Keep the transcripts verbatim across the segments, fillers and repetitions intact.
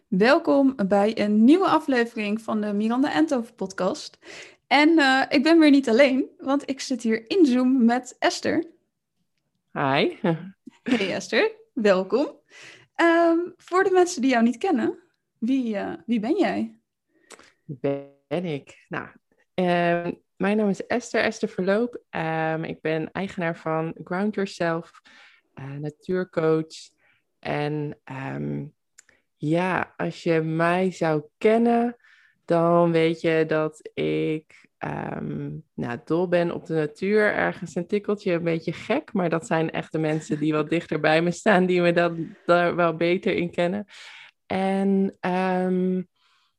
Welkom bij een nieuwe aflevering van de Miranda Eindhoven podcast. En uh, ik ben weer niet alleen, want ik zit hier in Zoom met Esther. Hi. Hey Esther, welkom. Um, voor de mensen die jou niet kennen, wie, uh, wie ben jij? Wie ben ik? Nou, uh, mijn naam is Esther, Esther Verloop. Um, ik ben eigenaar van Ground Yourself, uh, natuurcoach. En um, ja, als je mij zou kennen, dan weet je dat ik um, nou, dol ben op de natuur. Ergens een tikkeltje, een beetje gek. Maar dat zijn echt de mensen die wat dichter bij me staan, die me dat, daar wel beter in kennen. En um,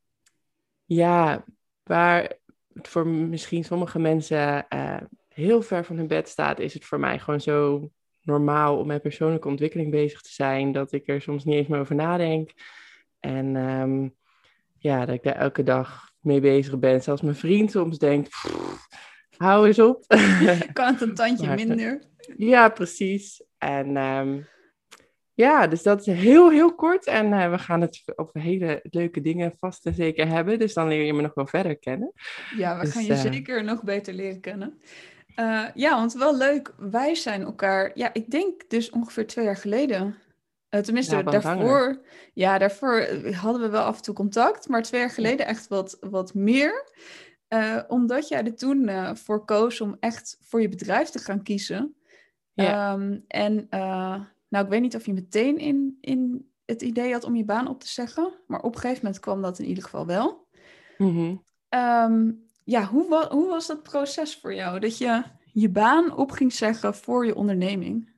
ja, waar het voor misschien sommige mensen uh, heel ver van hun bed staat, is het voor mij gewoon zo normaal om met persoonlijke ontwikkeling bezig te zijn, dat ik er soms niet eens meer over nadenk. En um, ja, dat ik daar elke dag mee bezig ben. Zelfs mijn vriend soms denkt, hou eens op. Kan het een tandje maar, minder? Ja, precies. En um, ja, dus dat is heel, heel kort. En uh, we gaan het over hele leuke dingen vast en zeker hebben. Dus dan leer je me nog wel verder kennen. Ja, we dus, gaan je uh... zeker nog beter leren kennen. Uh, ja, want wel leuk. Wij zijn elkaar, ja, ik denk dus ongeveer twee jaar geleden. Uh, tenminste, Nou, wat daarvoor, langer. ja, daarvoor hadden we wel af en toe contact. Maar twee jaar geleden Ja. echt wat, wat meer. Uh, omdat jij er toen uh, voor koos om echt voor je bedrijf te gaan kiezen. Ja. Um, en uh, nou, ik weet niet of je meteen in, in het idee had om je baan op te zeggen. Maar op een gegeven moment kwam dat in ieder geval wel. Mm-hmm. Um, ja, hoe, wa- hoe was dat proces voor jou? Dat je je baan op ging zeggen voor je onderneming?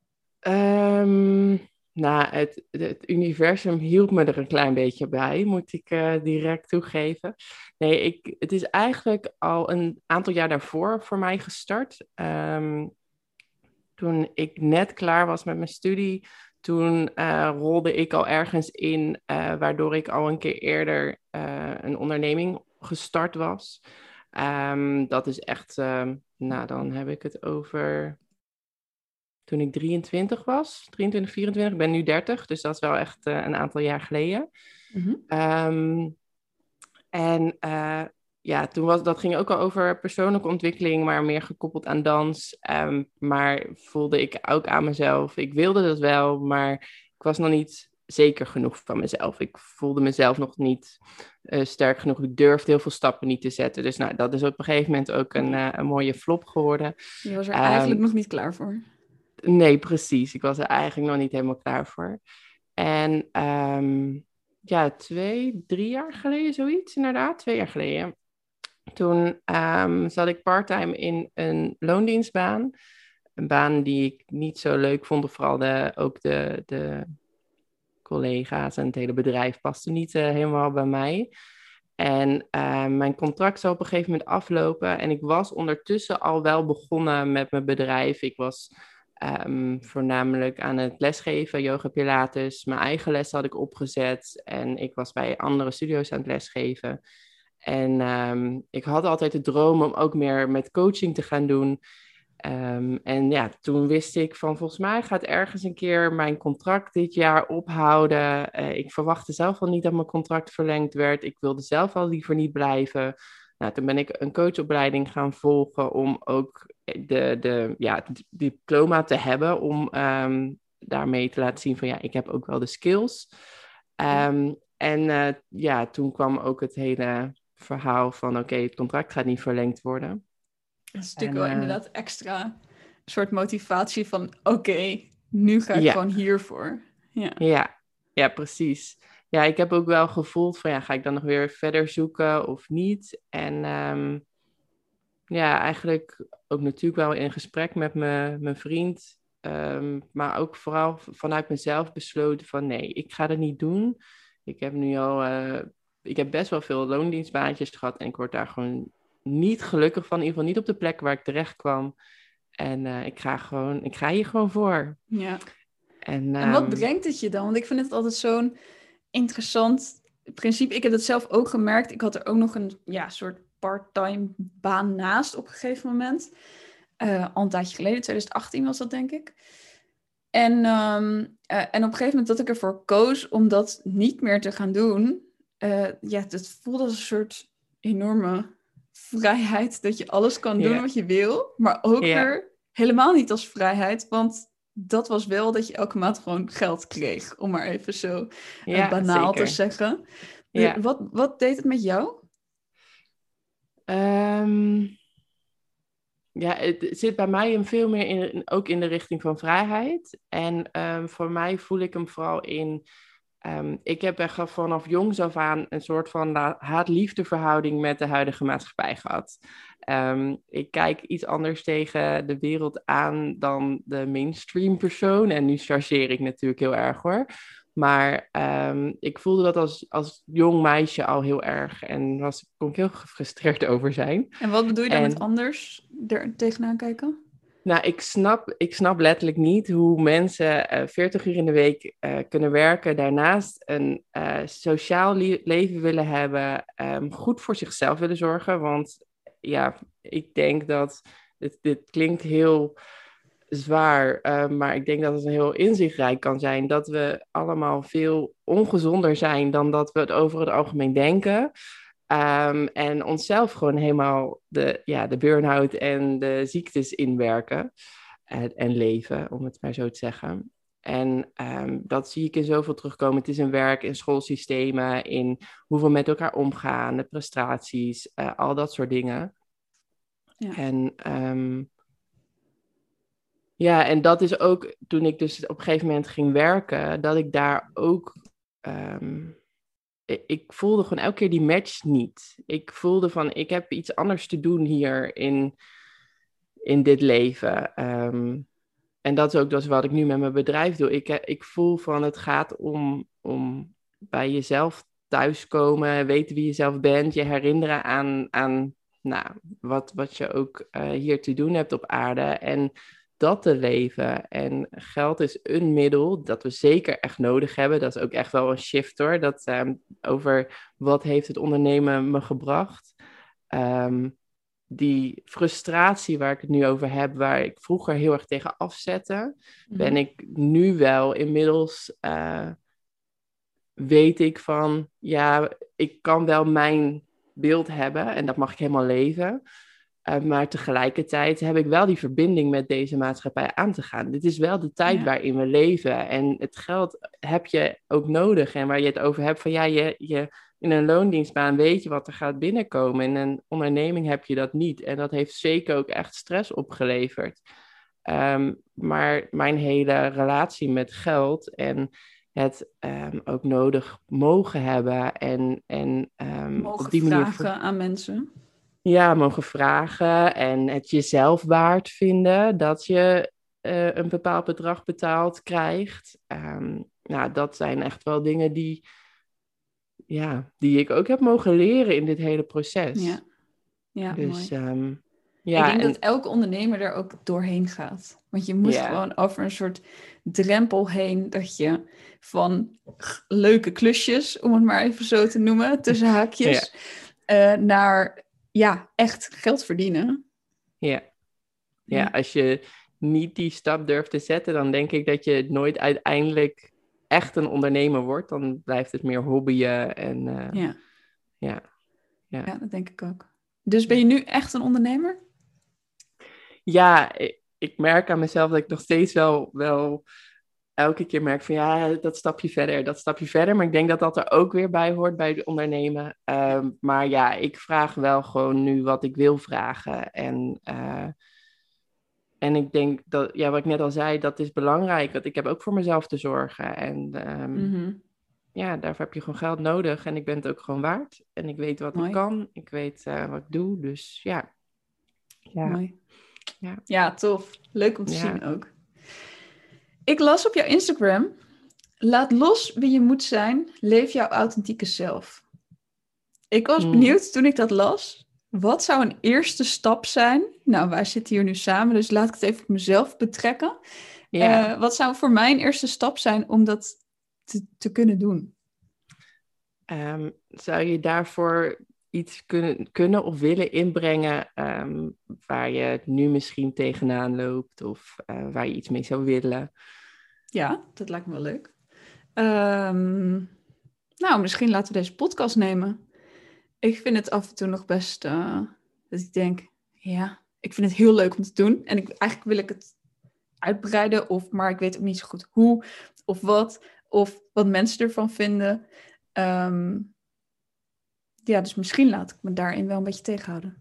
Um, nou, het, het universum hielp me er een klein beetje bij, moet ik uh, direct toegeven. Nee, ik, het is eigenlijk al een aantal jaar daarvoor voor mij gestart. Um, toen ik net klaar was met mijn studie, toen uh, rolde ik al ergens in, uh, waardoor ik al een keer eerder uh, een onderneming gestart was. Um, dat is echt, uh, nou dan heb ik het over toen ik drieëntwintig was, drieëntwintig, vierentwintig, ik ben nu dertig, dus dat is wel echt uh, een aantal jaar geleden. Mm-hmm. Um, en uh, ja, toen was, dat ging ook al over persoonlijke ontwikkeling, maar meer gekoppeld aan dans. Um, maar voelde ik ook aan mezelf, ik wilde dat wel, maar ik was nog niet zeker genoeg van mezelf. Ik voelde mezelf nog niet uh, sterk genoeg. Ik durfde heel veel stappen niet te zetten. Dus nou, dat is op een gegeven moment ook een, uh, een mooie flop geworden. Je was er Um, eigenlijk nog niet klaar voor. Nee, precies. Ik was er eigenlijk nog niet helemaal klaar voor. En um, ja, twee, drie jaar geleden, zoiets inderdaad, twee jaar geleden. Toen um, zat ik parttime in een loondienstbaan. Een baan die ik niet zo leuk vond, of vooral de, ook de, de collega's en het hele bedrijf paste niet uh, helemaal bij mij. En uh, mijn contract zou op een gegeven moment aflopen. En ik was ondertussen al wel begonnen met mijn bedrijf. Ik was um, voornamelijk aan het lesgeven, yoga pilates. Mijn eigen les had ik opgezet. En ik was bij andere studio's aan het lesgeven. En um, ik had altijd de droom om ook meer met coaching te gaan doen. Um, en ja, toen wist ik van volgens mij gaat ergens een keer mijn contract dit jaar ophouden. Uh, ik verwachtte zelf al niet dat mijn contract verlengd werd. Ik wilde zelf al liever niet blijven. Nou, toen ben ik een coachopleiding gaan volgen om ook de, de, ja, het diploma te hebben. Om um, daarmee te laten zien van ja, ik heb ook wel de skills. Um, en uh, ja, toen kwam ook het hele verhaal van oké, okay, het contract gaat niet verlengd worden. Dat is natuurlijk En, wel uh, inderdaad extra soort motivatie van oké, okay, nu ga ik ja. gewoon hiervoor. Ja. Ja, ja, precies. Ja, ik heb ook wel gevoeld van ja, ga ik dan nog weer verder zoeken of niet? En um, ja, eigenlijk ook natuurlijk wel in gesprek met me, mijn vriend. Um, maar ook vooral vanuit mezelf besloten van nee, ik ga dat niet doen. Ik heb nu al, uh, ik heb best wel veel loondienstbaantjes gehad en ik word daar gewoon niet gelukkig van. In ieder geval niet op de plek waar ik terecht kwam. En uh, ik ga gewoon, ik ga hier gewoon voor. Ja. En, En wat um, brengt het je dan? Want ik vind het altijd zo'n interessant principe. Ik heb dat zelf ook gemerkt. Ik had er ook nog een ja, soort part-time baan naast op een gegeven moment. Uh, al een tijdje geleden, twintig achttien was dat denk ik. En, ehm, eh, en op een gegeven moment dat ik ervoor koos om dat niet meer te gaan doen, uh, ja, het voelde als een soort enorme vrijheid dat je alles kan doen Ja. wat je wil, maar ook Ja. weer helemaal niet als vrijheid, want dat was wel dat je elke maand gewoon geld kreeg, om maar even zo uh, Ja, banaal te zeker. zeggen. Ja. Wat, wat deed het met jou? Um, ja, het zit bij mij hem veel meer in, ook in de richting van vrijheid. En um, voor mij voel ik hem vooral in... Um, ik heb echt vanaf jongs af aan een soort van haat-liefde verhouding met de huidige maatschappij gehad. Um, ik kijk iets anders tegen de wereld aan dan de mainstream persoon. En nu chargeer ik natuurlijk heel erg hoor. Maar um, ik voelde dat als, als jong meisje al heel erg. En was, kon ik heel gefrustreerd over zijn. En wat bedoel je dan en, met anders er tegenaan kijken? Nou, ik snap, ik snap letterlijk niet hoe mensen uh, veertig uur in de week uh, kunnen werken, daarnaast een uh, sociaal le- leven willen hebben, um, goed voor zichzelf willen zorgen. Want ja, ik denk dat, dit, dit klinkt heel zwaar, uh, maar ik denk dat het een heel inzichtrijk kan zijn, dat we allemaal veel ongezonder zijn dan dat we het over het algemeen denken. Um, en onszelf gewoon helemaal de, ja, de burn-out en de ziektes inwerken en, en leven, om het maar zo te zeggen. En um, dat zie ik in zoveel terugkomen. Het is in werk, in schoolsystemen, in hoe we met elkaar omgaan, de prestaties, uh, al dat soort dingen. Ja. En um, ja, en dat is ook toen ik dus op een gegeven moment ging werken, dat ik daar ook... Um, ik voelde gewoon elke keer die match niet. Ik voelde van, ik heb iets anders te doen hier in, in dit leven. Um, en dat is ook dus wat ik nu met mijn bedrijf doe. Ik, ik voel van, het gaat om, om bij jezelf thuiskomen, weten wie je zelf bent, je herinneren aan, aan nou, wat, wat je ook uh, hier te doen hebt op aarde. En dat te leven. En geld is een middel dat we zeker echt nodig hebben. Dat is ook echt wel een shift hoor. Dat um, over wat heeft het ondernemen me gebracht. Um, die frustratie waar ik het nu over heb, waar ik vroeger heel erg tegen afzette, mm-hmm. ben ik nu wel inmiddels uh, weet ik van, ja, ik kan wel mijn beeld hebben en dat mag ik helemaal leven. Uh, maar tegelijkertijd heb ik wel die verbinding met deze maatschappij aan te gaan. Dit is wel de tijd ja. waarin we leven. En het geld heb je ook nodig. En waar je het over hebt van ja, je, je, in een loondienstbaan weet je wat er gaat binnenkomen. In een onderneming heb je dat niet. En dat heeft zeker ook echt stress opgeleverd. Um, maar mijn hele relatie met geld en het um, ook nodig mogen hebben. En, en um, mogen op die vragen manier... aan mensen. Ja, mogen vragen en het jezelf waard vinden dat je uh, een bepaald bedrag betaald krijgt. Um, nou, dat zijn echt wel dingen die, ja, die ik ook heb mogen leren in dit hele proces. Ja, ja dus, mooi. Um, ja, ik denk en... dat elke ondernemer er ook doorheen gaat. Want je moet yeah. gewoon over een soort drempel heen dat je van g- leuke klusjes, om het maar even zo te noemen, tussen haakjes, yeah. uh, naar... Ja, echt geld verdienen. Ja. ja, als je niet die stap durft te zetten, dan denk ik dat je nooit uiteindelijk echt een ondernemer wordt. Dan blijft het meer hobbyen en uh, ja. Ja. Ja. ja, dat denk ik ook. Dus ben je nu echt een ondernemer? Ja, ik, ik merk aan mezelf dat ik nog steeds wel, wel elke keer merk van ja, dat stapje verder, dat stapje verder. Maar ik denk dat dat er ook weer bij hoort bij het ondernemen. Um, maar ja, ik vraag wel gewoon nu wat ik wil vragen. En, uh, en ik denk dat, ja, wat ik net al zei, dat is belangrijk. Want ik heb ook voor mezelf te zorgen. En um, mm-hmm. ja, daarvoor heb je gewoon geld nodig. En ik ben het ook gewoon waard. En ik weet wat Mooi. ik kan. Ik weet uh, wat ik doe. Dus ja. ja. Mooi. Ja. ja, tof. Leuk om te ja. zien ook. Ik las op jouw Instagram, laat los wie je moet zijn, leef jouw authentieke zelf. Ik was hmm. benieuwd toen ik dat las, wat zou een eerste stap zijn? Nou, wij zitten hier nu samen, dus laat ik het even op mezelf betrekken. Yeah. Uh, wat zou voor mij een eerste stap zijn om dat te, te kunnen doen? Um, zou je daarvoor iets kunnen, kunnen of willen inbrengen um, waar je nu misschien tegenaan loopt of uh, waar je iets mee zou willen? Ja, dat lijkt me wel leuk. Um, nou, misschien laten we deze podcast nemen. Ik vind het af en toe nog best... Uh, dat ik denk, ja, ik vind het heel leuk om te doen. En ik, eigenlijk wil ik het uitbreiden. Of, maar ik weet ook niet zo goed hoe of wat. Of wat mensen ervan vinden. Um, ja, dus misschien laat ik me daarin wel een beetje tegenhouden.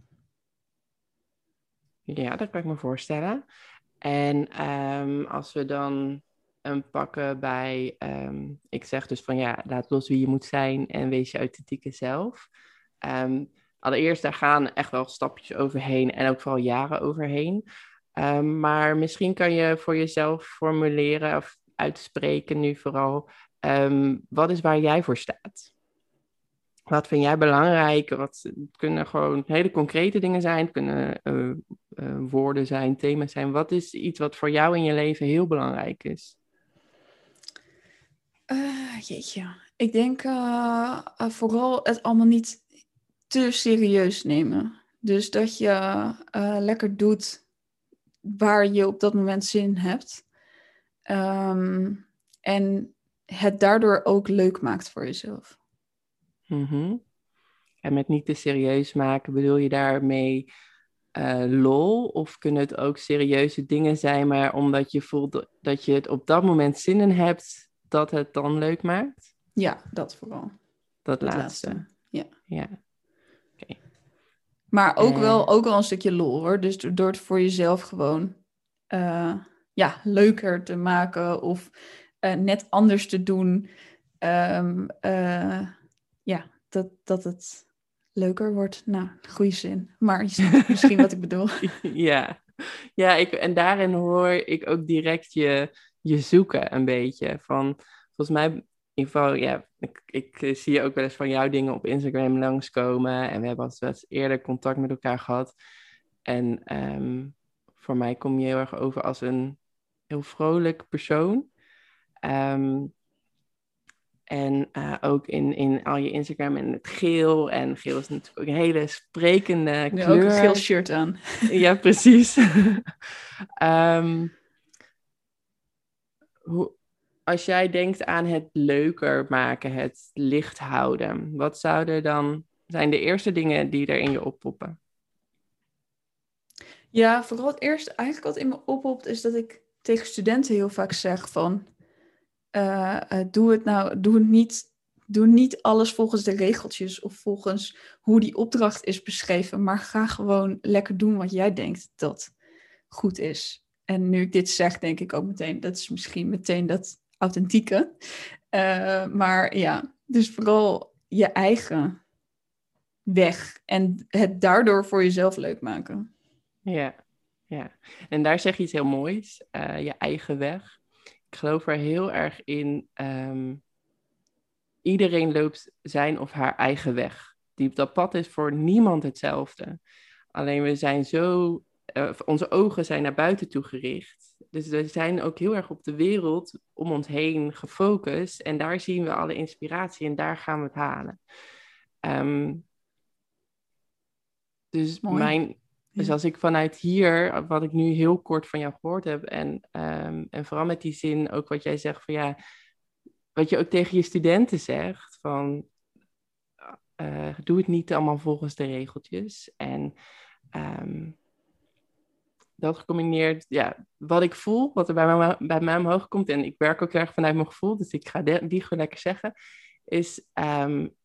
Ja, dat kan ik me voorstellen. En um, als we dan een pakken bij... Um, ik zeg dus van ja, laat los wie je moet zijn en wees je authentieke zelf. Um, allereerst, daar gaan echt wel stapjes overheen en ook vooral jaren overheen. Um, maar misschien kan je voor jezelf formuleren of uitspreken nu vooral... Um, wat is waar jij voor staat? Wat vind jij belangrijk? Wat, het kunnen gewoon hele concrete dingen zijn. Het kunnen uh, uh, woorden zijn, thema's zijn. Wat is iets wat voor jou in je leven heel belangrijk is? Uh, jeetje. Ik denk uh, uh, vooral het allemaal niet te serieus nemen. Dus dat je uh, lekker doet waar je op dat moment zin in hebt. Um, en het daardoor ook leuk maakt voor jezelf. Mm-hmm. En met niet te serieus maken, bedoel je daarmee uh, lol? Of kunnen het ook serieuze dingen zijn, maar omdat je voelt dat je het op dat moment zin in hebt, dat het dan leuk maakt? Ja, dat vooral. Dat, dat laatste. laatste. Ja. Ja. Okay. Maar ook, uh, wel, ook wel een stukje lol hoor. Dus door het voor jezelf gewoon uh, ja, leuker te maken of uh, net anders te doen. Um, uh, ja, dat, dat het leuker wordt. Nou, goede zin. Maar je snapt misschien wat ik bedoel. Ja, ja ik, en daarin hoor ik ook direct je, je zoeken een beetje. Van, volgens mij, in ieder geval, ja, ik, ik zie ook wel eens van jouw dingen op Instagram langskomen. En we hebben al eens eerder contact met elkaar gehad. En um, voor mij kom je heel erg over als een heel vrolijk persoon. Um, En uh, ook in, in al je Instagram en het geel. En geel is natuurlijk ook een hele sprekende nu kleur. Ook een geel shirt aan. Ja, precies. um, hoe, als jij denkt aan het leuker maken, het licht houden. Wat zouden dan zijn de eerste dingen die er in je oppoppen? Ja, vooral het eerste eigenlijk wat in me oppopt is dat ik tegen studenten heel vaak zeg van... Uh, uh, doe het nou, doe het niet, doe niet alles volgens de regeltjes of volgens hoe die opdracht is beschreven, maar ga gewoon lekker doen wat jij denkt dat goed is. En nu ik dit zeg, denk ik ook meteen, dat is misschien meteen dat authentieke. Uh, maar ja, dus vooral je eigen weg en het daardoor voor jezelf leuk maken. Ja, ja. En daar zeg je iets heel moois, uh, je eigen weg. Ik geloof er heel erg in, um, iedereen loopt zijn of haar eigen weg. Die, dat pad is voor niemand hetzelfde. Alleen we zijn zo, uh, onze ogen zijn naar buiten toe gericht. Dus we zijn ook heel erg op de wereld om ons heen gefocust. En daar zien we alle inspiratie en daar gaan we het halen. Um, dus Mooi. mijn... Dus als ik vanuit hier, wat ik nu heel kort van jou gehoord heb, en, um, en vooral met die zin ook wat jij zegt van ja, wat je ook tegen je studenten zegt, van uh, doe het niet allemaal volgens de regeltjes. En um, dat gecombineerd, ja, wat ik voel, wat er bij mij, bij mij omhoog komt, en ik werk ook erg vanuit mijn gevoel, dus ik ga de, die gewoon lekker zeggen, is um,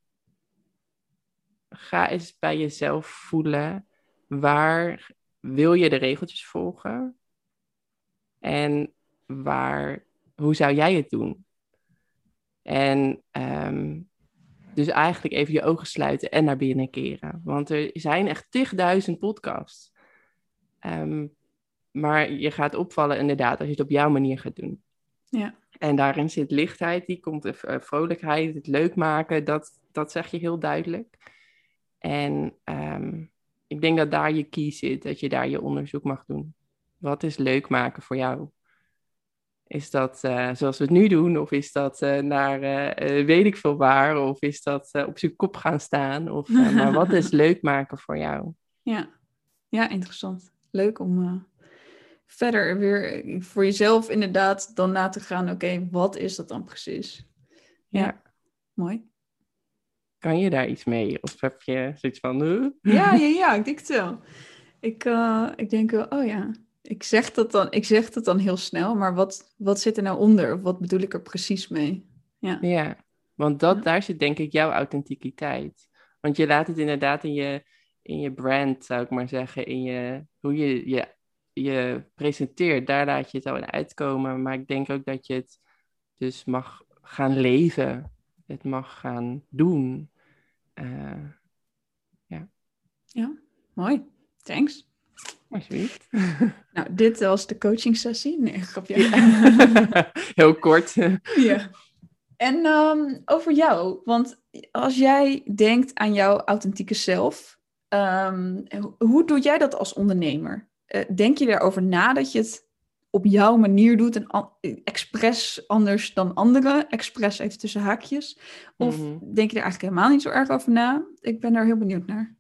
ga eens bij jezelf voelen. Waar wil je de regeltjes volgen? En waar, hoe zou jij het doen? En um, dus eigenlijk even je ogen sluiten en naar binnen keren. Want er zijn echt tigduizend podcasts. Um, maar je gaat opvallen inderdaad als je het op jouw manier gaat doen. Ja. En daarin zit lichtheid, die komt de uh, vrolijkheid, het leuk maken. Dat, dat zeg je heel duidelijk. En... Um, ik denk dat daar je key zit, dat je daar je onderzoek mag doen. Wat is leuk maken voor jou? Is dat uh, zoals we het nu doen? Of is dat uh, naar uh, uh, weet ik veel waar? Of is dat uh, op zijn kop gaan staan? Of, uh, maar wat is leuk maken voor jou? Ja, ja, interessant. Leuk om uh, verder weer voor jezelf inderdaad dan na te gaan, oké, okay, wat is dat dan precies? Ja, ja. Mooi. Kan je daar iets mee? Of heb je zoiets van... Uh? Ja, ja, ja, ik denk het wel. Ik, uh, ik denk wel, oh ja, ik zeg dat dan, ik zeg dat dan heel snel, maar wat, wat zit er nou onder? Of wat bedoel ik er precies mee? Ja, ja want dat, ja. daar zit denk ik jouw authenticiteit. Want je laat het inderdaad in je, in je brand, zou ik maar zeggen, in je, hoe je, je je presenteert, daar laat je het al in uitkomen. Maar ik denk ook dat je het dus mag gaan leven. Het mag gaan doen. Uh, ja. Ja, mooi. Thanks. Alsjeblieft. Nou, dit was de coaching sessie. Nee, grapje. Ja. Heel kort. Ja. En um, over jou, want als jij denkt aan jouw authentieke zelf, um, hoe doe jij dat als ondernemer? Uh, denk je erover na dat je het op jouw manier doet en an- expres anders dan anderen? Expres even tussen haakjes. Of mm-hmm. denk je er eigenlijk helemaal niet zo erg over na? Ik ben daar heel benieuwd naar.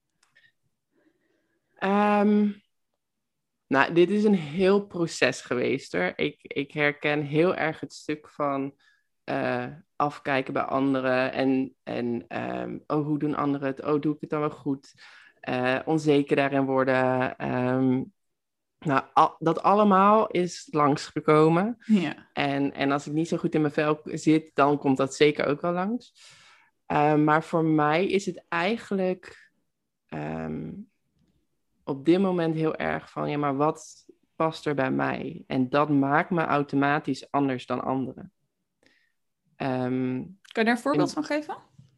Um, nou, dit is een heel proces geweest hoor. Ik, ik herken heel erg het stuk van uh, afkijken bij anderen. En, en um, oh, hoe doen anderen het? Oh, doe ik het dan wel goed? Uh, onzeker daarin worden. Um, nou, al, dat allemaal is langsgekomen. Ja. En, en als ik niet zo goed in mijn vel zit, dan komt dat zeker ook wel langs. Uh, maar voor mij is het eigenlijk... Um, op dit moment heel erg van, ja, maar wat past er bij mij? En dat maakt me automatisch anders dan anderen. Um, kan je daar een voorbeeld en... van geven?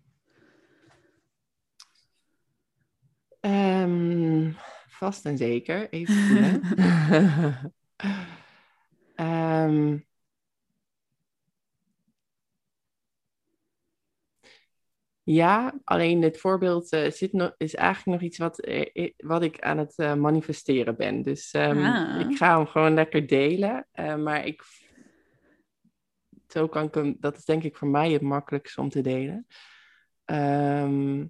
Um, vast en zeker. Even voelen. um, Ja, alleen het voorbeeld uh, zit nog, is eigenlijk nog iets wat, uh, wat ik aan het uh, manifesteren ben. Dus um, ah. ik ga hem gewoon lekker delen. Uh, maar ik, zo kan ik hem, dat is denk ik voor mij het makkelijkste om te delen. Um,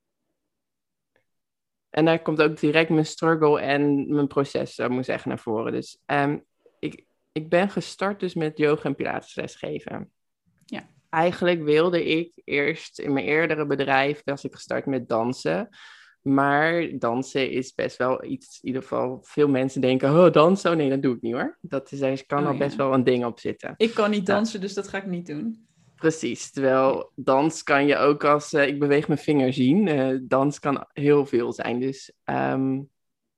en daar komt ook direct mijn struggle en mijn proces, zou ik maar zeggen, naar voren. Dus um, ik, ik ben gestart dus met yoga en pilatesles geven. Ja. Eigenlijk wilde ik eerst in mijn eerdere bedrijf, was ik gestart met dansen. Maar dansen is best wel iets, in ieder geval veel mensen denken, oh dansen, oh nee, dat doe ik niet hoor. Dat is, er kan oh, al ja. best wel een ding op zitten. Ik kan niet dansen, nou, dus dat ga ik niet doen. Precies, terwijl dans kan je ook als, uh, ik beweeg mijn vinger zien. Uh, dans kan heel veel zijn, dus... Um,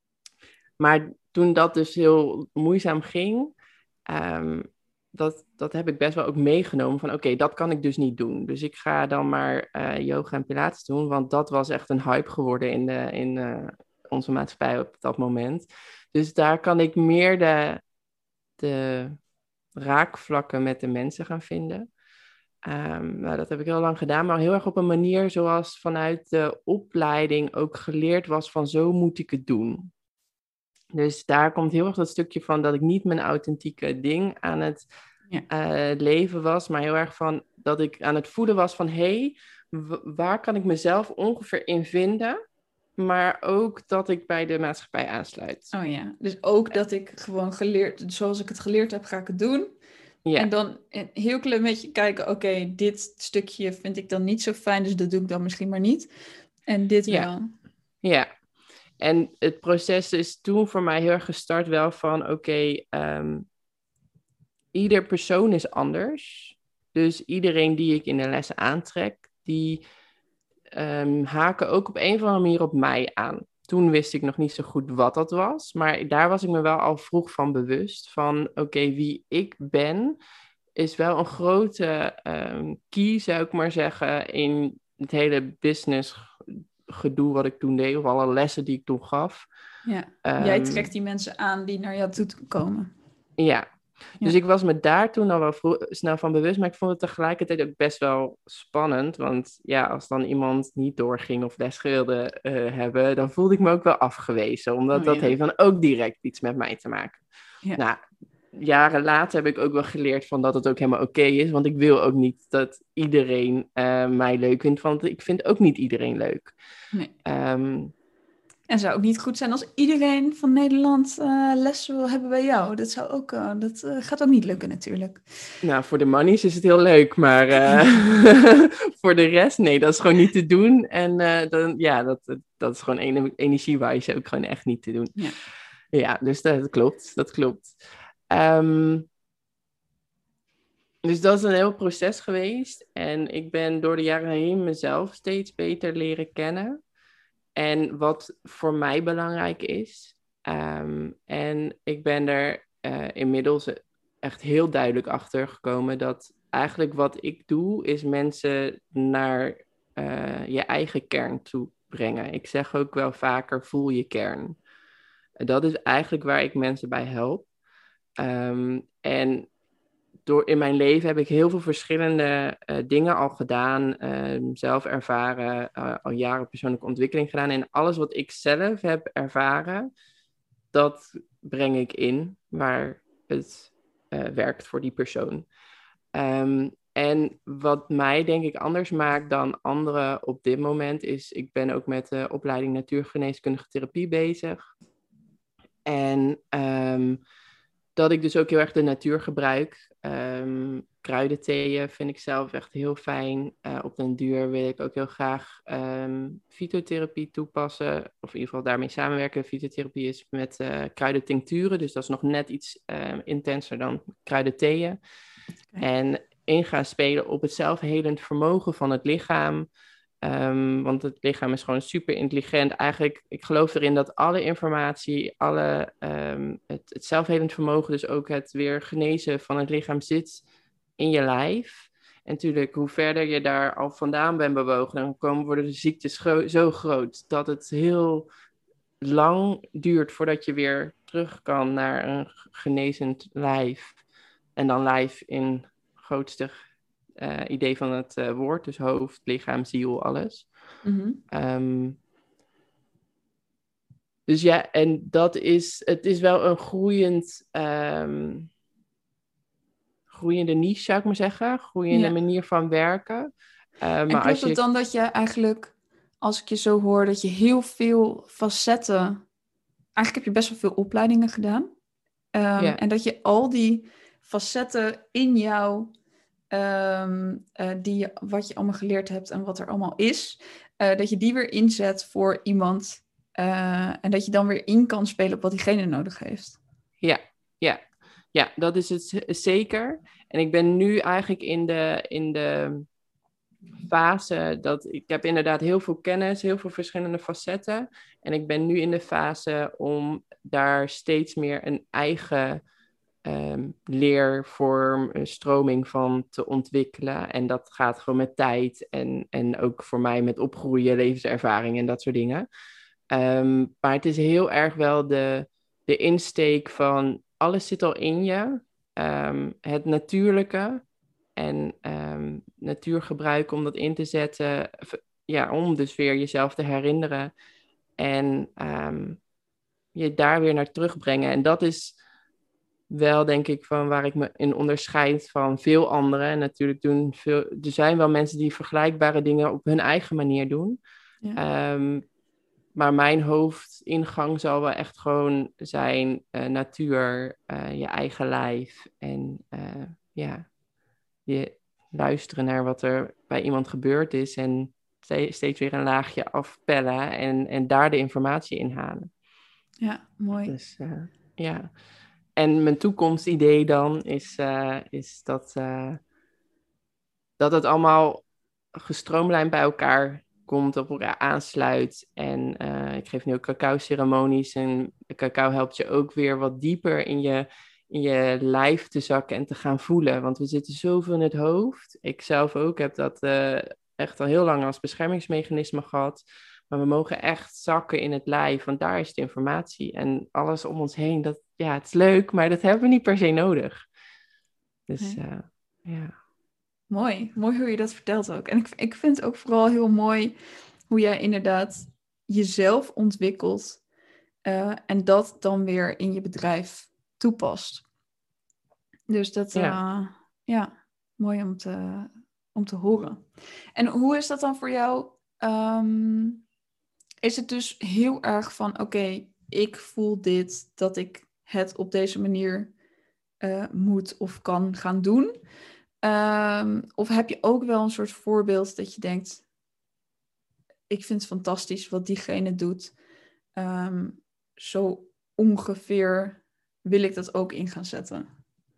maar toen dat dus heel moeizaam ging... Um, Dat, dat heb ik best wel ook meegenomen van oké, okay, dat kan ik dus niet doen. Dus ik ga dan maar uh, yoga en pilates doen, want dat was echt een hype geworden in, de, in uh, onze maatschappij op dat moment. Dus daar kan ik meer de, de raakvlakken met de mensen gaan vinden. Um, nou, dat heb ik heel lang gedaan, maar heel erg op een manier zoals vanuit de opleiding ook geleerd was van zo moet ik het doen. Dus daar komt heel erg dat stukje van dat ik niet mijn authentieke ding aan het ja. uh, leven was, maar heel erg van dat ik aan het voeden was van hé, hey, w- waar kan ik mezelf ongeveer in vinden, maar ook dat ik bij de maatschappij aansluit. Oh ja, dus ook dat ik gewoon geleerd, zoals ik het geleerd heb, ga ik het doen. Ja. En dan een heel klein beetje kijken, oké, okay, dit stukje vind ik dan niet zo fijn, dus dat doe ik dan misschien maar niet. En dit ja. wel. Ja. En het proces is toen voor mij heel erg gestart wel van oké, okay, um, ieder persoon is anders. Dus iedereen die ik in de lessen aantrek, die um, haken ook op een of andere manier op mij aan. Toen wist ik nog niet zo goed wat dat was, maar daar was ik me wel al vroeg van bewust. Van oké, okay, wie ik ben is wel een grote um, key, zou ik maar zeggen, in het hele business gedoe wat ik toen deed, of alle lessen die ik toen gaf. Ja, um, jij trekt die mensen aan die naar jou toe komen. Ja, dus ja. ik was me daar toen al wel vro- snel van bewust, maar ik vond het tegelijkertijd ook best wel spannend, want ja, als dan iemand niet doorging of les wilde uh, hebben, dan voelde ik me ook wel afgewezen, omdat oh, dat ja. heeft dan ook direct iets met mij te maken. Ja. Nou, jaren later heb ik ook wel geleerd van dat het ook helemaal oké okay is, want ik wil ook niet dat iedereen uh, mij leuk vindt, want ik vind ook niet iedereen leuk. Nee. Um, En zou ook niet goed zijn als iedereen van Nederland uh, lessen wil hebben bij jou. Dat, zou ook, uh, dat uh, gaat ook niet lukken natuurlijk. Nou, voor de monies is het heel leuk, maar uh, voor de rest, nee, dat is gewoon niet te doen. En uh, dan, ja, dat, dat is gewoon energiewijs ook gewoon echt niet te doen. Ja, ja dus dat, dat klopt, dat klopt. Um, dus dat is een heel proces geweest. En ik ben door de jaren heen mezelf steeds beter leren kennen. En wat voor mij belangrijk is. Um, en ik ben er uh, inmiddels echt heel duidelijk achter gekomen dat eigenlijk wat ik doe, is mensen naar uh, je eigen kern toe brengen. Ik zeg ook wel vaker, voel je kern. Dat is eigenlijk waar ik mensen bij help. Um, en door in mijn leven heb ik heel veel verschillende uh, dingen al gedaan, uh, zelf ervaren, uh, al jaren persoonlijke ontwikkeling gedaan. En alles wat ik zelf heb ervaren, dat breng ik in waar het uh, werkt voor die persoon. Um, en wat mij denk ik anders maakt dan anderen op dit moment is, ik ben ook met de opleiding natuurgeneeskundige therapie bezig. En um, dat ik dus ook heel erg de natuur gebruik. Um, kruidentheeën vind ik zelf echt heel fijn. Uh, op den duur wil ik ook heel graag um, fytotherapie toepassen. Of in ieder geval daarmee samenwerken. Fytotherapie is met uh, kruidentincturen. Dus dat is nog net iets uh, intenser dan kruidentheeën. Okay. En in gaan spelen op het zelfhelend vermogen van het lichaam. Um, want het lichaam is gewoon super intelligent. Eigenlijk, ik geloof erin dat alle informatie, alle, um, het, het zelfhelend vermogen, dus ook het weer genezen van het lichaam zit in je lijf. En natuurlijk, hoe verder je daar al vandaan bent bewogen, dan komen, worden de ziektes gro- zo groot dat het heel lang duurt voordat je weer terug kan naar een genezend lijf. En dan lijf in grootste Uh, idee van het uh, woord, dus hoofd, lichaam, ziel, alles. Mm-hmm. Um, dus ja, en dat is, het is wel een groeiend, um, groeiende niche, zou ik maar zeggen, groeiende ja. manier van werken. Uh, en maar klopt als je... het dan dat je eigenlijk, als ik je zo hoor, dat je heel veel facetten, eigenlijk heb je best wel veel opleidingen gedaan, um, ja. en dat je al die facetten in jou Um, uh, die, wat je allemaal geleerd hebt en wat er allemaal is, uh, dat je die weer inzet voor iemand uh, en dat je dan weer in kan spelen op wat diegene nodig heeft. Ja, ja, ja, dat is het zeker. En ik ben nu eigenlijk in de, in de fase dat ik heb inderdaad heel veel kennis, heel veel verschillende facetten. En ik ben nu in de fase om daar steeds meer een eigen Um, leervorm, een stroming van te ontwikkelen. En dat gaat gewoon met tijd en, en ook voor mij met opgroeien, levenservaring en dat soort dingen. Um, maar het is heel erg wel de, de insteek van alles zit al in je. Um, het natuurlijke en um, natuur gebruiken om dat in te zetten. Ja, om dus weer jezelf te herinneren en um, je daar weer naar terugbrengen. En dat is wel, denk ik, van waar ik me in onderscheid van veel anderen. En natuurlijk doen veel... Er zijn wel mensen die vergelijkbare dingen op hun eigen manier doen. Ja. Um, maar mijn hoofdingang zal wel echt gewoon zijn uh, natuur, uh, je eigen lijf. En uh, ja, je luisteren naar wat er bij iemand gebeurd is. En steeds weer een laagje afpellen en, en daar de informatie in halen. Ja, mooi. Dus uh, ja... En mijn toekomstidee dan is, uh, is dat, uh, dat het allemaal gestroomlijnd bij elkaar komt, op elkaar aansluit. En uh, ik geef nu ook cacao-ceremonies en de cacao helpt je ook weer wat dieper in je, in je lijf te zakken en te gaan voelen. Want we zitten zoveel in het hoofd. Ik zelf ook heb dat uh, echt al heel lang als beschermingsmechanisme gehad. Maar we mogen echt zakken in het lijf, want daar is de informatie. En alles om ons heen, dat, ja, het is leuk, maar dat hebben we niet per se nodig. Dus nee. uh, ja. Mooi, mooi hoe je dat vertelt ook. En ik, ik vind het ook vooral heel mooi hoe jij inderdaad jezelf ontwikkelt uh, en dat dan weer in je bedrijf toepast. Dus dat, uh, ja. ja, mooi om te, om te horen. En hoe is dat dan voor jou? Um, is het dus heel erg van, oké, okay, ik voel dit, dat ik het op deze manier uh, moet of kan gaan doen. Um, of heb je ook wel een soort voorbeeld dat je denkt, ik vind het fantastisch wat diegene doet. Um, zo ongeveer wil ik dat ook in gaan zetten.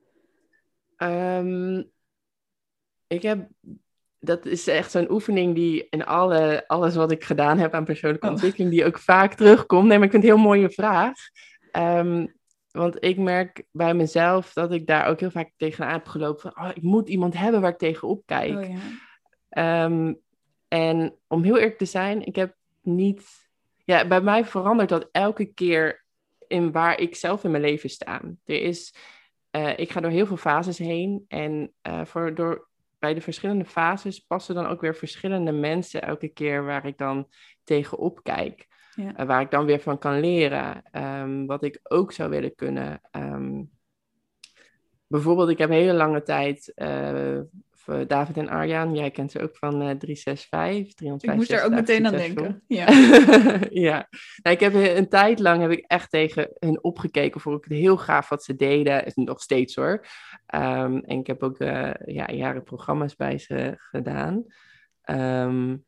Um, ik heb... Dat is echt zo'n oefening die in alle, alles wat ik gedaan heb aan persoonlijke oh. ontwikkeling, die ook vaak terugkomt. Nee, maar ik vind het een heel mooie vraag. Um, want ik merk bij mezelf dat ik daar ook heel vaak tegenaan heb gelopen van, oh, ik moet iemand hebben waar ik tegenop kijk. Oh, ja. um, en om heel eerlijk te zijn, ik heb niet... Ja, bij mij verandert dat elke keer in waar ik zelf in mijn leven sta. Er is... Uh, ik ga door heel veel fases heen en uh, voor, door... bij de verschillende fases passen dan ook weer verschillende mensen elke keer waar ik dan tegenop kijk. Ja. Uh, waar ik dan weer van kan leren. Um, wat ik ook zou willen kunnen. Um, bijvoorbeeld, ik heb hele lange tijd... Uh, voor David en Arjan, jij kent ze ook van uh, driehonderdvijfenzestig, driehonderdvijfenzestig. Ik moest daar ook meteen aan denken. Ja, ja. Nou, ik heb een tijd lang heb ik echt tegen hen opgekeken. Vond ik het heel gaaf wat ze deden. Is nog steeds hoor. Um, en ik heb ook uh, ja, jaren programma's bij ze gedaan. Um,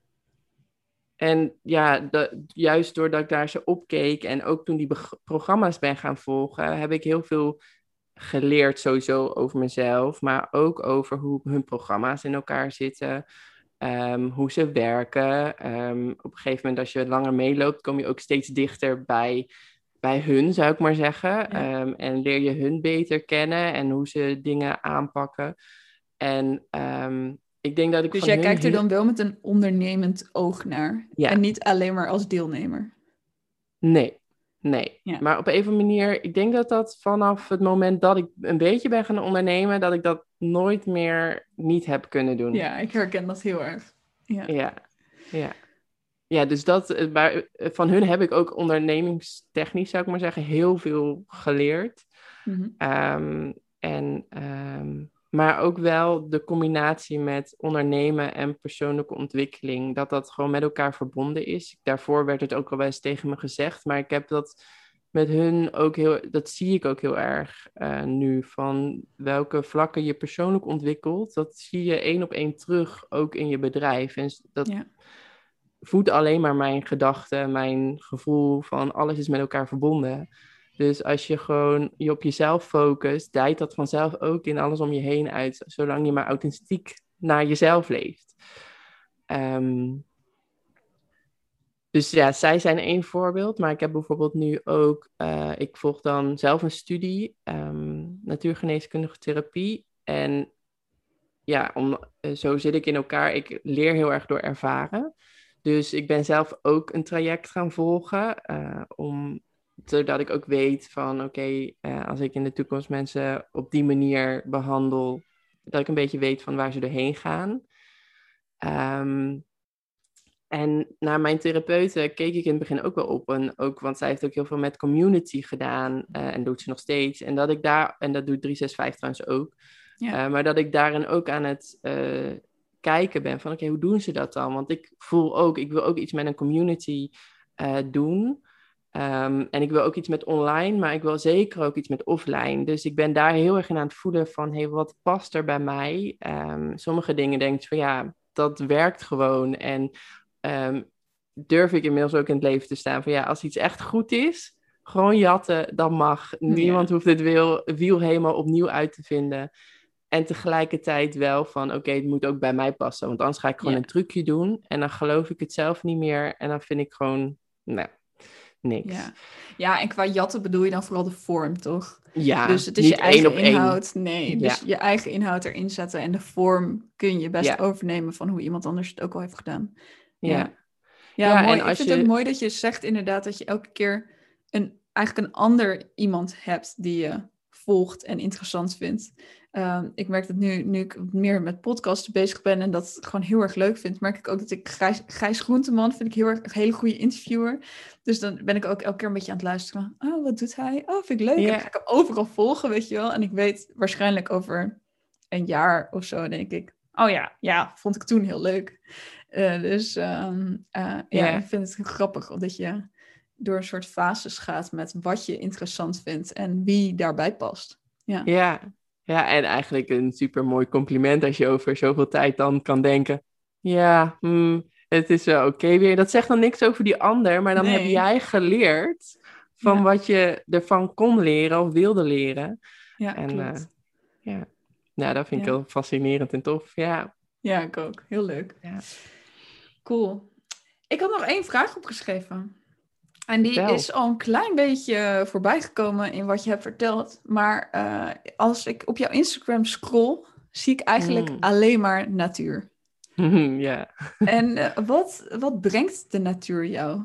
en ja, de, juist doordat ik daar ze opkeek en ook toen die be- programma's ben gaan volgen, heb ik heel veel geleerd sowieso over mezelf, maar ook over hoe hun programma's in elkaar zitten, um, hoe ze werken. Um, op een gegeven moment, als je langer meeloopt, kom je ook steeds dichter bij, bij hun, zou ik maar zeggen. Ja. Um, en leer je hun beter kennen en hoe ze dingen aanpakken. En um, ik denk dat ik dus van jij hun kijkt er heel... dan wel met een ondernemend oog naar, ja. En niet alleen maar als deelnemer? Nee. Nee, ja. Maar op een of andere manier, ik denk dat dat vanaf het moment dat ik een beetje ben gaan ondernemen, dat ik dat nooit meer niet heb kunnen doen. Ja, ik herken dat heel erg. Ja, ja, ja. ja dus dat, maar van hun heb ik ook ondernemingstechnisch, zou ik maar zeggen, heel veel geleerd. Mm-hmm. Um, en, um, maar ook wel de combinatie met ondernemen en persoonlijke ontwikkeling, dat dat gewoon met elkaar verbonden is. Daarvoor werd het ook al wel eens tegen me gezegd, maar ik heb dat met hun ook heel, dat zie ik ook heel erg uh, nu, van welke vlakken je persoonlijk ontwikkelt, dat zie je één op één terug, ook in je bedrijf. En dat ja. voedt alleen maar mijn gedachten, mijn gevoel van alles is met elkaar verbonden. Dus als je gewoon je op jezelf focust, dijt dat vanzelf ook in alles om je heen uit, zolang je maar authentiek naar jezelf leeft. Um, dus ja, zij zijn één voorbeeld, maar ik heb bijvoorbeeld nu ook, uh, ik volg dan zelf een studie, um, natuurgeneeskundige therapie. En ja, om, uh, zo zit ik in elkaar, ik leer heel erg door ervaren. Dus ik ben zelf ook een traject gaan volgen, uh, om... zodat ik ook weet van, oké, okay, uh, als ik in de toekomst mensen op die manier behandel, dat ik een beetje weet van waar ze doorheen gaan. Um, en naar mijn therapeute keek ik in het begin ook wel op. En ook, want zij heeft ook heel veel met community gedaan. Uh, en doet ze nog steeds. En dat ik daar, en dat doet driehonderdvijfenzestig trouwens ook. Ja. Uh, maar dat ik daarin ook aan het uh, kijken ben van, oké, okay, hoe doen ze dat dan? Want ik voel ook, ik wil ook iets met een community uh, doen. Um, en ik wil ook iets met online, maar ik wil zeker ook iets met offline. Dus ik ben daar heel erg in aan het voelen van, hey, wat past er bij mij? Um, sommige dingen denk ik van, ja, dat werkt gewoon. En um, durf ik inmiddels ook in het leven te staan van, ja, als iets echt goed is, gewoon jatten, dan mag. Ja. Niemand hoeft het wiel, wiel helemaal opnieuw uit te vinden. En tegelijkertijd wel van, oké, okay, het moet ook bij mij passen. Want anders ga ik gewoon ja. een trucje doen en dan geloof ik het zelf niet meer. En dan vind ik gewoon, nou... niks. Ja. ja, en qua jatten bedoel je dan vooral de vorm, toch? Ja, dus het is niet je eigen één op inhoud. Één. Nee, dus ja. je eigen inhoud erin zetten en de vorm kun je best ja. overnemen van hoe iemand anders het ook al heeft gedaan. Ja, ja, ja, ja mooi. En als ik vind je... het ook mooi dat je zegt inderdaad dat je elke keer een, eigenlijk een ander iemand hebt die je volgt en interessant vindt. Um, ik merk dat nu, nu ik meer met podcasts bezig ben en dat gewoon heel erg leuk vind, merk ik ook dat ik Gijs, Gijs Groenteman vind ik heel erg een hele goede interviewer. Dus dan ben ik ook elke keer een beetje aan het luisteren. Oh, wat doet hij? Oh, vind ik leuk. Yeah. En dan ga ik hem overal volgen, weet je wel. En ik weet waarschijnlijk over een jaar of zo, denk ik, Oh ja, ja, vond ik toen heel leuk. Uh, dus um, uh, ja, yeah. Ik vind het grappig dat je door een soort fases gaat met wat je interessant vindt en wie daarbij past. Ja, ja. ja en eigenlijk een super mooi compliment als je over zoveel tijd dan kan denken, ja, hmm, het is wel oké okay weer. Dat zegt dan niks over die ander, maar dan nee. heb jij geleerd van ja. wat je ervan kon leren of wilde leren. Ja, en, klopt. Uh, ja. Nou, dat vind ik ja. heel fascinerend en tof, ja. Ja, ik ook. Heel leuk. Ja. Cool. Ik had nog één vraag opgeschreven. En die Vertel. is al een klein beetje voorbijgekomen in wat je hebt verteld. Maar uh, als ik op jouw Instagram scroll, zie ik eigenlijk mm. alleen maar natuur. Ja. En uh, wat, wat brengt de natuur jou?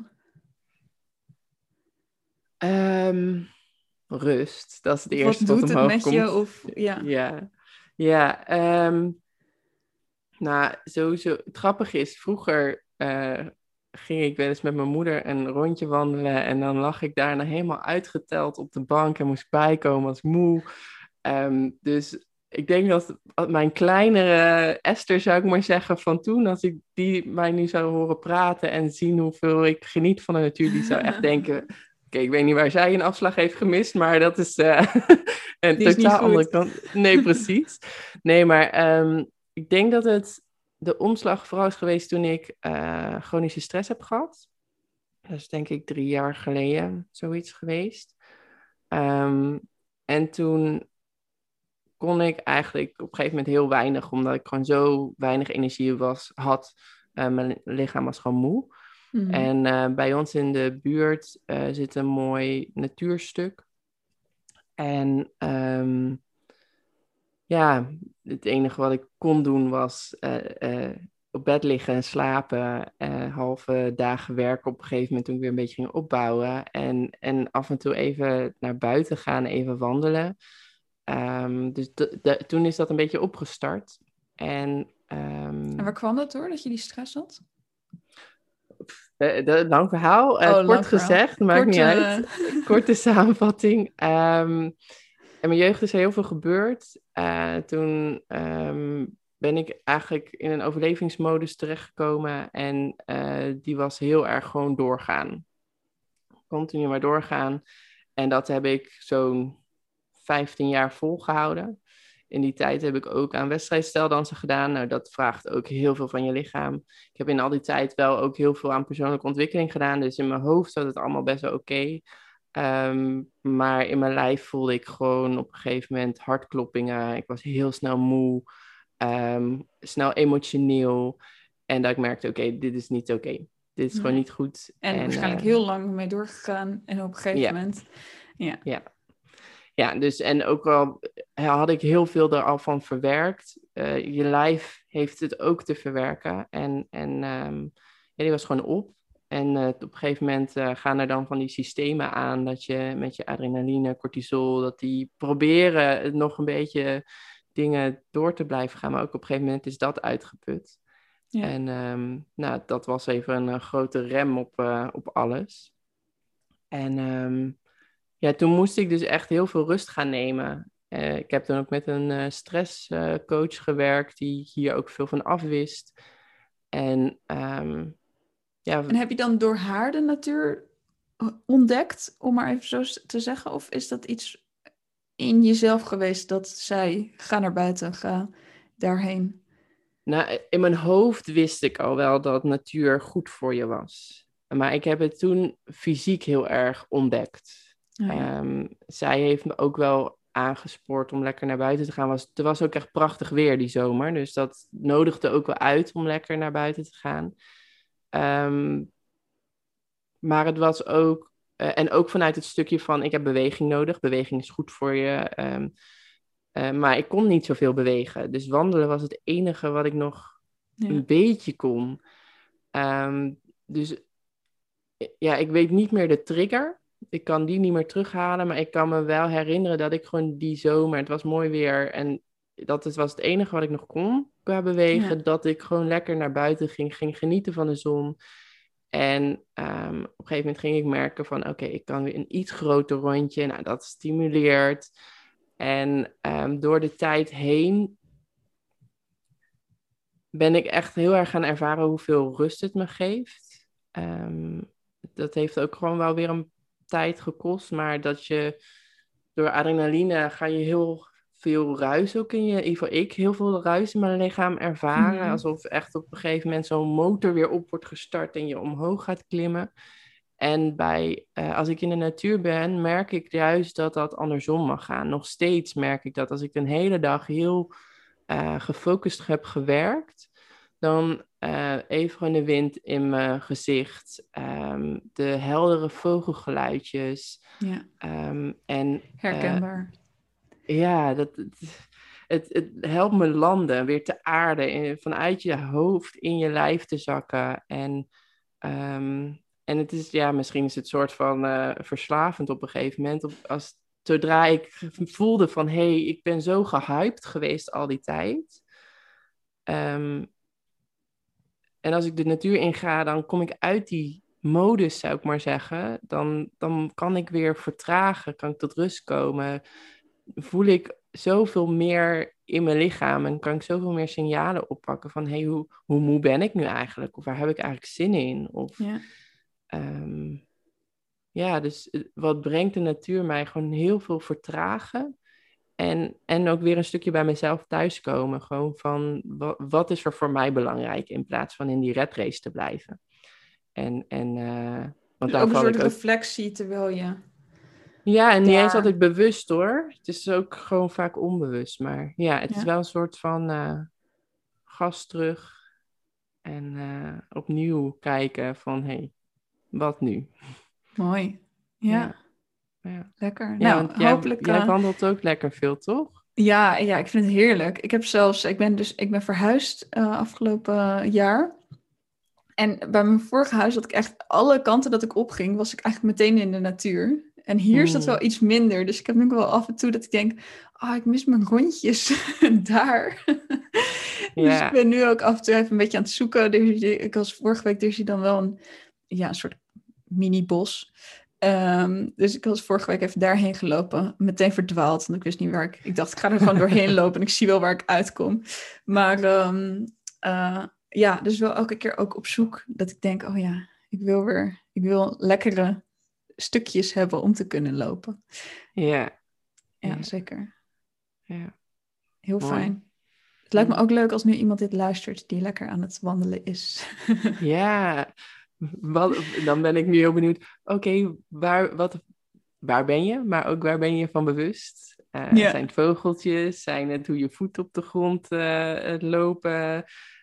Um, rust. Dat is het eerste wat, wat doet omhoog het met komt. Je, of, ja. Ja. Ja. Um, nou, sowieso. Het grappige is, vroeger uh, ging ik wel eens met mijn moeder een rondje wandelen. En dan lag ik daarna helemaal uitgeteld op de bank en moest bijkomen als moe. Um, dus ik denk dat mijn kleinere Esther, zou ik maar zeggen, van toen, als ik die mij nu zou horen praten en zien hoeveel ik geniet van de natuur, die zou echt denken, oké, okay, ik weet niet waar zij een afslag heeft gemist, maar dat is uh, een die totaal is andere kant. Nee, precies. Nee, maar um, ik denk dat het de omslag vooral is geweest toen ik uh, chronische stress heb gehad. Dat is denk ik drie jaar geleden zoiets geweest. Um, en toen kon ik eigenlijk op een gegeven moment heel weinig, omdat ik gewoon zo weinig energie was, had. Uh, mijn lichaam was gewoon moe. Mm-hmm. En uh, bij ons in de buurt uh, zit een mooi natuurstuk. En um, ja, het enige wat ik kon doen was uh, uh, op bed liggen en slapen. Uh, halve dagen werken op een gegeven moment toen ik weer een beetje ging opbouwen. En, en af en toe even naar buiten gaan, even wandelen. Um, dus d- d- toen is dat een beetje opgestart. En, um... en waar kwam dat door, dat je die stress had? De, de, lang verhaal, uh, oh, kort lang gezegd, verhaal. maakt Korte... niet uit. Korte samenvatting. Um, in mijn jeugd is er heel veel gebeurd. Uh, toen um, ben ik eigenlijk in een overlevingsmodus terechtgekomen. En uh, die was heel erg gewoon doorgaan. Continu maar doorgaan. En dat heb ik zo'n vijftien jaar volgehouden. In die tijd heb ik ook aan wedstrijdsteldansen gedaan. Nou, dat vraagt ook heel veel van je lichaam. Ik heb in al die tijd wel ook heel veel aan persoonlijke ontwikkeling gedaan. Dus in mijn hoofd zat het allemaal best wel oké. Okay. Um, maar in mijn lijf voelde ik gewoon op een gegeven moment hartkloppingen. Ik was heel snel moe. Um, snel emotioneel. En dat ik merkte, oké, okay, dit is niet oké. Okay. Dit is nee. gewoon niet goed. En, en waarschijnlijk uh, heel lang mee doorgegaan. En op een gegeven ja. moment... Ja. ja. Ja, dus en ook al had ik heel veel er al van verwerkt. Uh, je lijf heeft het ook te verwerken. En, en um, ja, die was gewoon op. En uh, op een gegeven moment uh, gaan er dan van die systemen aan dat je met je adrenaline, cortisol, dat die proberen nog een beetje dingen door te blijven gaan. Maar ook op een gegeven moment is dat uitgeput. Ja. En um, nou, dat was even een uh, grote rem op, uh, op alles. En... Um, Ja, toen moest ik dus echt heel veel rust gaan nemen. Uh, ik heb dan ook met een uh, stresscoach uh, gewerkt die hier ook veel van afwist. En, um, ja, en heb je dan door haar de natuur ontdekt, om maar even zo te zeggen? Of is dat iets in jezelf geweest dat zei, ga naar buiten, ga daarheen? Nou, in mijn hoofd wist ik al wel dat natuur goed voor je was. Maar ik heb het toen fysiek heel erg ontdekt. Oh ja. um, zij heeft me ook wel aangespoord om lekker naar buiten te gaan. Was, er was ook echt prachtig weer die zomer. Dus dat nodigde ook wel uit om lekker naar buiten te gaan. Um, maar het was ook... Uh, en ook vanuit het stukje van... Ik heb beweging nodig. Beweging is goed voor je. Um, uh, maar ik kon niet zoveel bewegen. Dus wandelen was het enige wat ik nog ja. een beetje kon. Um, dus... Ja, ik weet niet meer de trigger... Ik kan die niet meer terughalen, maar ik kan me wel herinneren dat ik gewoon die zomer, het was mooi weer en dat was het enige wat ik nog kon qua bewegen, ja. dat ik gewoon lekker naar buiten ging, ging genieten van de zon. En um, op een gegeven moment ging ik merken van, oké, okay, ik kan weer een iets groter rondje, nou dat stimuleert. En um, door de tijd heen ben ik echt heel erg gaan ervaren hoeveel rust het me geeft. Um, dat heeft ook gewoon wel weer een tijd gekost, maar dat je door adrenaline ga je heel veel ruis ook in je, in ieder geval ik, heel veel ruis in mijn lichaam ervaren. Mm. Alsof echt op een gegeven moment zo'n motor weer op wordt gestart en je omhoog gaat klimmen. En bij, uh, als ik in de natuur ben, merk ik juist dat dat andersom mag gaan. Nog steeds merk ik dat als ik een hele dag heel uh, gefocust heb gewerkt, dan uh, even gewoon de wind in mijn gezicht, um, de heldere vogelgeluidjes. Ja. Um, en, herkenbaar. Uh, ja, dat, het, het, het helpt me landen, weer te aarden, in, vanuit je hoofd in je lijf te zakken. En, um, en het is, ja, misschien is het een soort van uh, verslavend op een gegeven moment. Op, als, zodra ik voelde van, hé, hey, ik ben zo gehyped geweest al die tijd. Um, En als ik de natuur inga, dan kom ik uit die modus, zou ik maar zeggen. Dan, dan kan ik weer vertragen, kan ik tot rust komen. Voel ik zoveel meer in mijn lichaam en kan ik zoveel meer signalen oppakken van, hey, hoe, hoe moe ben ik nu eigenlijk? Of waar heb ik eigenlijk zin in? Of, ja. Um, ja, dus wat brengt de natuur mij? Gewoon heel veel vertragen. En, en ook weer een stukje bij mezelf thuiskomen. Gewoon van, wat, wat is er voor mij belangrijk? In plaats van in die red race te blijven. En, en, uh, want dus ook een soort ook... reflectie, terwijl je... Ja, en daar... niet eens altijd bewust hoor. Het is ook gewoon vaak onbewust. Maar ja, het ja. is wel een soort van uh, gas terug. En uh, opnieuw kijken van, hé, hey, wat nu? Mooi, ja. ja. Ja. Lekker. Ja, nou, jij, hopelijk... Jij uh... wandelt ook lekker veel, toch? Ja, ja, ik vind het heerlijk. Ik heb zelfs... Ik ben dus... Ik ben verhuisd uh, afgelopen jaar. En bij mijn vorige huis had ik echt... Alle kanten dat ik opging, was ik eigenlijk meteen in de natuur. En hier hmm. is dat wel iets minder. Dus ik heb nu wel af en toe dat ik denk... Ah, oh, ik mis mijn rondjes daar. Ja. Dus ik ben nu ook af en toe even een beetje aan het zoeken. Dus ik was vorige week... Er is hier dan wel een... Ja, een soort mini-bos... Um, dus ik was vorige week even daarheen gelopen. Meteen verdwaald, want ik wist niet waar ik... Ik dacht, ik ga er gewoon doorheen lopen en ik zie wel waar ik uitkom. Maar um, uh, ja, dus wel elke keer ook op zoek dat ik denk... Oh ja, ik wil weer... Ik wil lekkere stukjes hebben om te kunnen lopen. Ja. Ja, ja. Zeker. Ja. Heel Mooi. fijn. Het lijkt me ook leuk als nu iemand dit luistert die lekker aan het wandelen is. Ja, wat, dan ben ik nu heel benieuwd. Oké, okay, waar, wat, waar ben je? Maar ook waar ben je van bewust? Uh, ja. Zijn het vogeltjes? Zijn het hoe je voeten op de grond uh, lopen?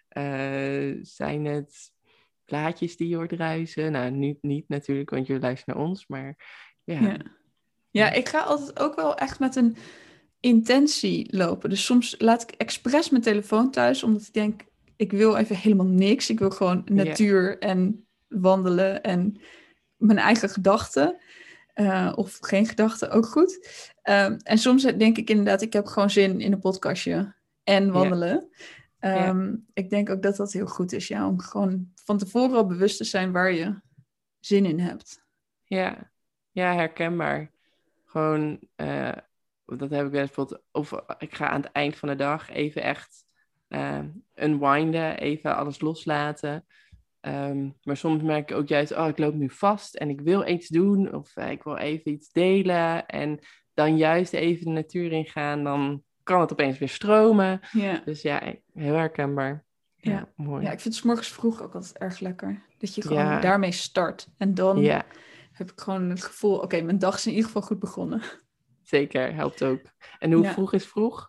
Uh, zijn het plaatjes die je hoort ruisen? Nou, niet, niet natuurlijk, want je luistert naar ons, maar ja. Ja. Ja, ik ga altijd ook wel echt met een intentie lopen. Dus soms laat ik expres mijn telefoon thuis, omdat ik denk, ik wil even helemaal niks. Ik wil gewoon natuur yeah. en wandelen en mijn eigen gedachten. Uh, of geen gedachten, ook goed. Um, en soms denk ik inderdaad, ik heb gewoon zin in een podcastje en wandelen. Yeah. Um, yeah. Ik denk ook dat dat heel goed is, ja, om gewoon van tevoren al bewust te zijn waar je zin in hebt. Ja, ja, herkenbaar. Gewoon, uh, dat heb ik wel bijvoorbeeld, of ik ga aan het eind van de dag even echt uh, unwinden, even alles loslaten. Um, maar soms merk ik ook juist, oh, ik loop nu vast en ik wil iets doen, of uh, ik wil even iets delen. En dan juist even de natuur ingaan, dan kan het opeens weer stromen. Ja. Dus ja, heel herkenbaar. Ja, ja. Mooi. Ja, ik vind het 's morgens vroeg ook altijd erg lekker. Dat je gewoon ja. daarmee start. En dan ja. heb ik gewoon het gevoel, oké, okay, mijn dag is in ieder geval goed begonnen. Zeker, helpt ook. En hoe ja. vroeg is vroeg?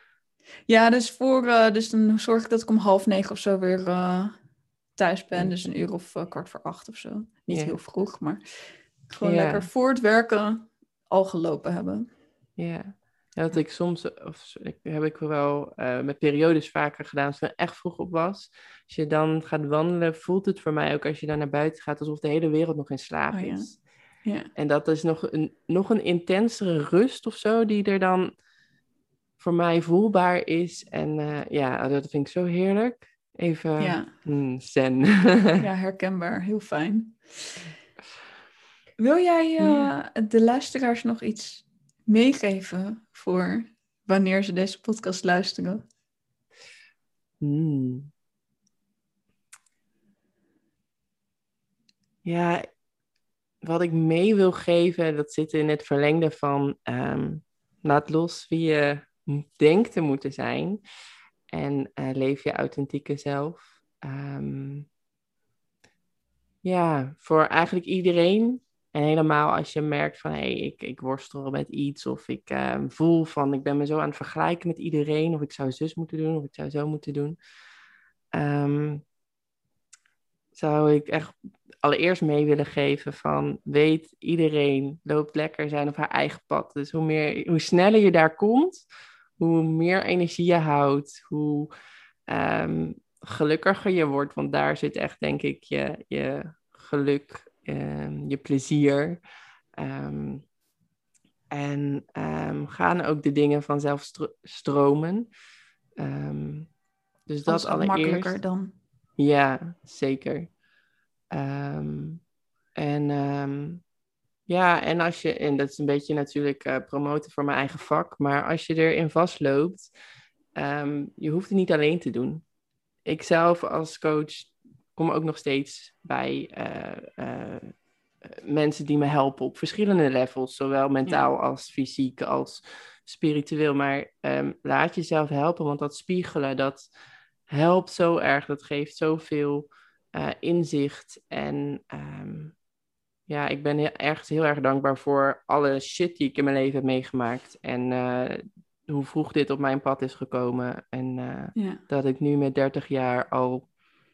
Ja, dus, voor, uh, dus dan zorg ik dat ik om half negen of zo weer uh, thuis ben. Dus een uur of uh, kwart voor acht of zo. Niet ja. heel vroeg, maar gewoon ja. lekker voor het werken al gelopen hebben. Ja. Ja, dat ik soms, of heb ik wel uh, met periodes vaker gedaan, als ik er echt vroeg op was. Als je dan gaat wandelen, voelt het voor mij ook als je dan naar buiten gaat, alsof de hele wereld nog in slaap oh, is. Ja. Ja. En dat is nog een, nog een intensere rust of zo, die er dan voor mij voelbaar is. En uh, ja, dat vind ik zo heerlijk. Even ja. mm, zen. Ja, herkenbaar. Heel fijn. Wil jij uh, ja. de luisteraars nog iets meegeven voor wanneer ze deze podcast luisteren? Hmm. ja, wat ik mee wil geven, dat zit in het verlengde van um, laat los wie je denkt te moeten zijn en uh, leef je authentieke zelf. Um, ja, voor eigenlijk iedereen. En helemaal als je merkt van, hé, hey, ik, ik worstel met iets. Of ik uh, voel van, ik ben me zo aan het vergelijken met iedereen. Of ik zou zus moeten doen, of ik zou zo moeten doen. Um, zou ik echt allereerst mee willen geven van, weet, iedereen loopt lekker zijn op haar eigen pad. Dus hoe, meer, hoe sneller je daar komt, hoe meer energie je houdt, hoe um, gelukkiger je wordt. Want daar zit echt, denk ik, je, je geluk, um, je plezier. Um, en um, gaan ook de dingen vanzelf stro- stromen. Um, dus dat Alles gaat allereerst. makkelijker dan. Ja, zeker. Um, en um, ja, en als je, en dat is een beetje natuurlijk uh, promoten voor mijn eigen vak, maar als je erin vastloopt, um, je hoeft het niet alleen te doen. Ik zelf als coach kom ook nog steeds bij uh, uh, mensen die me helpen op verschillende levels, zowel mentaal ja. als fysiek als spiritueel. Maar um, laat jezelf helpen, want dat spiegelen, dat helpt zo erg, dat geeft zoveel uh, inzicht. En um, ja, ik ben heel, ergens heel erg dankbaar voor alle shit die ik in mijn leven heb meegemaakt. En uh, hoe vroeg dit op mijn pad is gekomen. En uh, ja. dat ik nu met dertig jaar al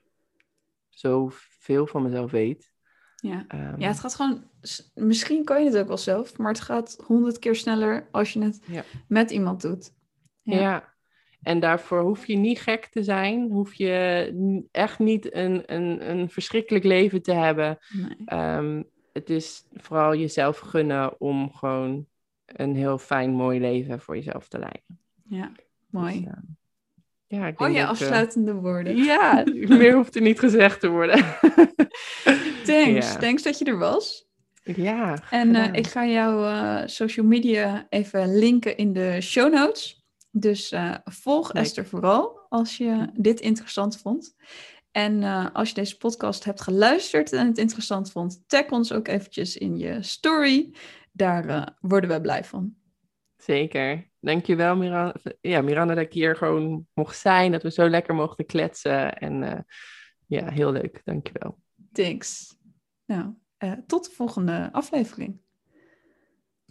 zoveel van mezelf weet. Ja. Um, ja, het gaat gewoon... Misschien kan je het ook wel zelf, maar het gaat honderd keer sneller als je het ja. met iemand doet. Ja. ja. En daarvoor hoef je niet gek te zijn. Hoef je echt niet een, een, een verschrikkelijk leven te hebben. Nee. Um, het is vooral jezelf gunnen om gewoon een heel fijn, mooi leven voor jezelf te leiden. Ja, mooi. Dus, uh, ja, ik Mooie denk dat, afsluitende uh, woorden. Ja, meer hoeft er niet gezegd te worden. Thanks, ja. Thanks dat je er was. Ja, En uh, ik ga jouw uh, social media even linken in de show notes. Dus uh, volg Leuk. Esther vooral als je dit interessant vond. En uh, als je deze podcast hebt geluisterd en het interessant vond, tag ons ook eventjes in je story. Daar uh, worden we blij van. Zeker. Dankjewel Miranda. Ja, Miranda dat ik hier gewoon mocht zijn, dat we zo lekker mochten kletsen. En uh, ja, heel leuk. Dankjewel. Thanks. Nou, uh, tot de volgende aflevering.